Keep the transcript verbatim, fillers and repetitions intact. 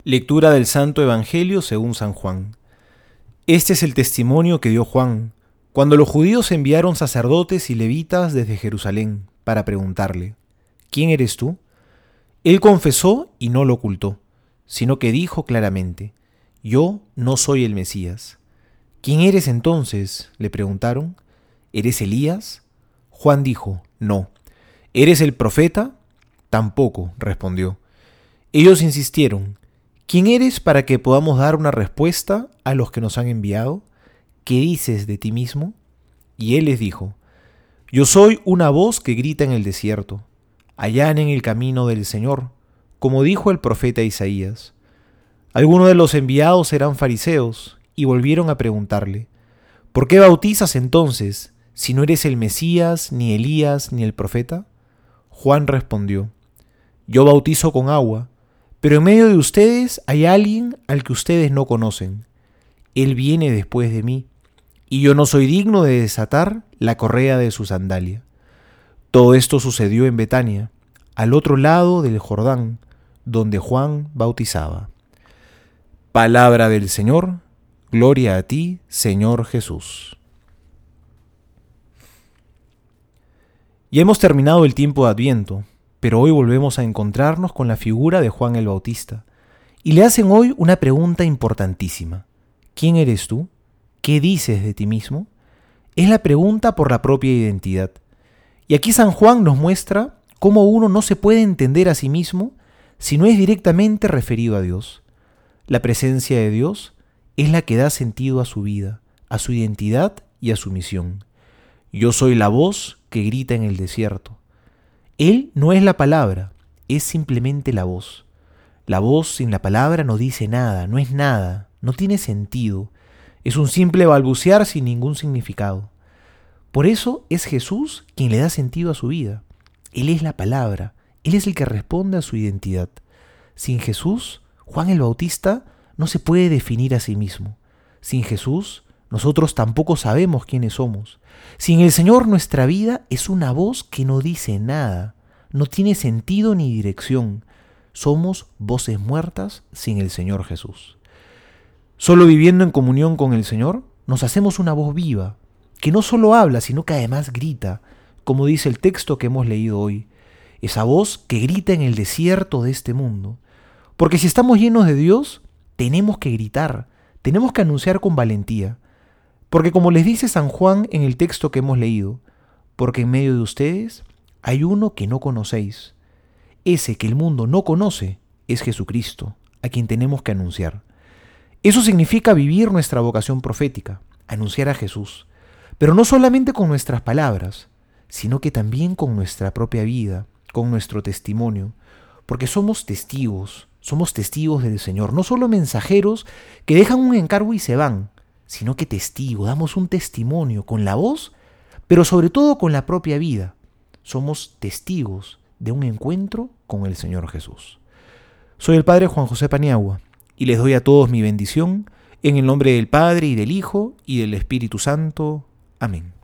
Lectura del Santo Evangelio según San Juan. Este es el testimonio que dio Juan, cuando los judíos enviaron sacerdotes y levitas desde Jerusalén para preguntarle: ¿Quién eres tú? Él confesó y no lo ocultó, sino que dijo claramente: Yo no soy el Mesías. ¿Quién eres entonces?, le preguntaron. ¿Eres Elías? Juan dijo: No. ¿Eres el profeta? Tampoco, respondió. Ellos insistieron: ¿Quién eres para que podamos dar una respuesta a los que nos han enviado? ¿Qué dices de ti mismo? Y él les dijo: Yo soy una voz que grita en el desierto, allanen el camino del Señor, como dijo el profeta Isaías. Algunos de los enviados eran fariseos y volvieron a preguntarle: ¿Por qué bautizas entonces, si no eres el Mesías, ni Elías, ni el profeta? Juan respondió: Yo bautizo con agua, pero en medio de ustedes hay alguien al que ustedes no conocen. Él viene después de mí, y yo no soy digno de desatar la correa de su sandalia. Todo esto sucedió en Betania, al otro lado del Jordán, donde Juan bautizaba. Palabra del Señor, gloria a ti, Señor Jesús. Ya hemos terminado el tiempo de Adviento, pero hoy volvemos a encontrarnos con la figura de Juan el Bautista, y le hacen hoy una pregunta importantísima. ¿Quién eres tú? ¿Qué dices de ti mismo? Es la pregunta por la propia identidad. Y aquí San Juan nos muestra cómo uno no se puede entender a sí mismo si no es directamente referido a Dios. La presencia de Dios es la que da sentido a su vida, a su identidad y a su misión. Yo soy la voz que grita en el desierto. Él no es la palabra, es simplemente la voz. La voz sin la palabra no dice nada, no es nada, no tiene sentido. Es un simple balbucear sin ningún significado. Por eso es Jesús quien le da sentido a su vida. Él es la palabra, Él es el que responde a su identidad. Sin Jesús, Juan el Bautista no se puede definir a sí mismo. Sin Jesús, nosotros tampoco sabemos quiénes somos. Sin el Señor, nuestra vida es una voz que no dice nada, no tiene sentido ni dirección. Somos voces muertas sin el Señor Jesús. Solo viviendo en comunión con el Señor, nos hacemos una voz viva, que no solo habla, sino que además grita, como dice el texto que hemos leído hoy. Esa voz que grita en el desierto de este mundo. Porque si estamos llenos de Dios, tenemos que gritar, tenemos que anunciar con valentía. Porque como les dice San Juan en el texto que hemos leído, porque en medio de ustedes hay uno que no conocéis. Ese que el mundo no conoce es Jesucristo, a quien tenemos que anunciar. Eso significa vivir nuestra vocación profética, anunciar a Jesús, pero no solamente con nuestras palabras, sino que también con nuestra propia vida, con nuestro testimonio, porque somos testigos, somos testigos del Señor, no solo mensajeros que dejan un encargo y se van, sino que testigos, damos un testimonio con la voz, pero sobre todo con la propia vida. Somos testigos de un encuentro con el Señor Jesús. Soy el Padre Juan José Paniagua y les doy a todos mi bendición en el nombre del Padre y del Hijo y del Espíritu Santo. Amén.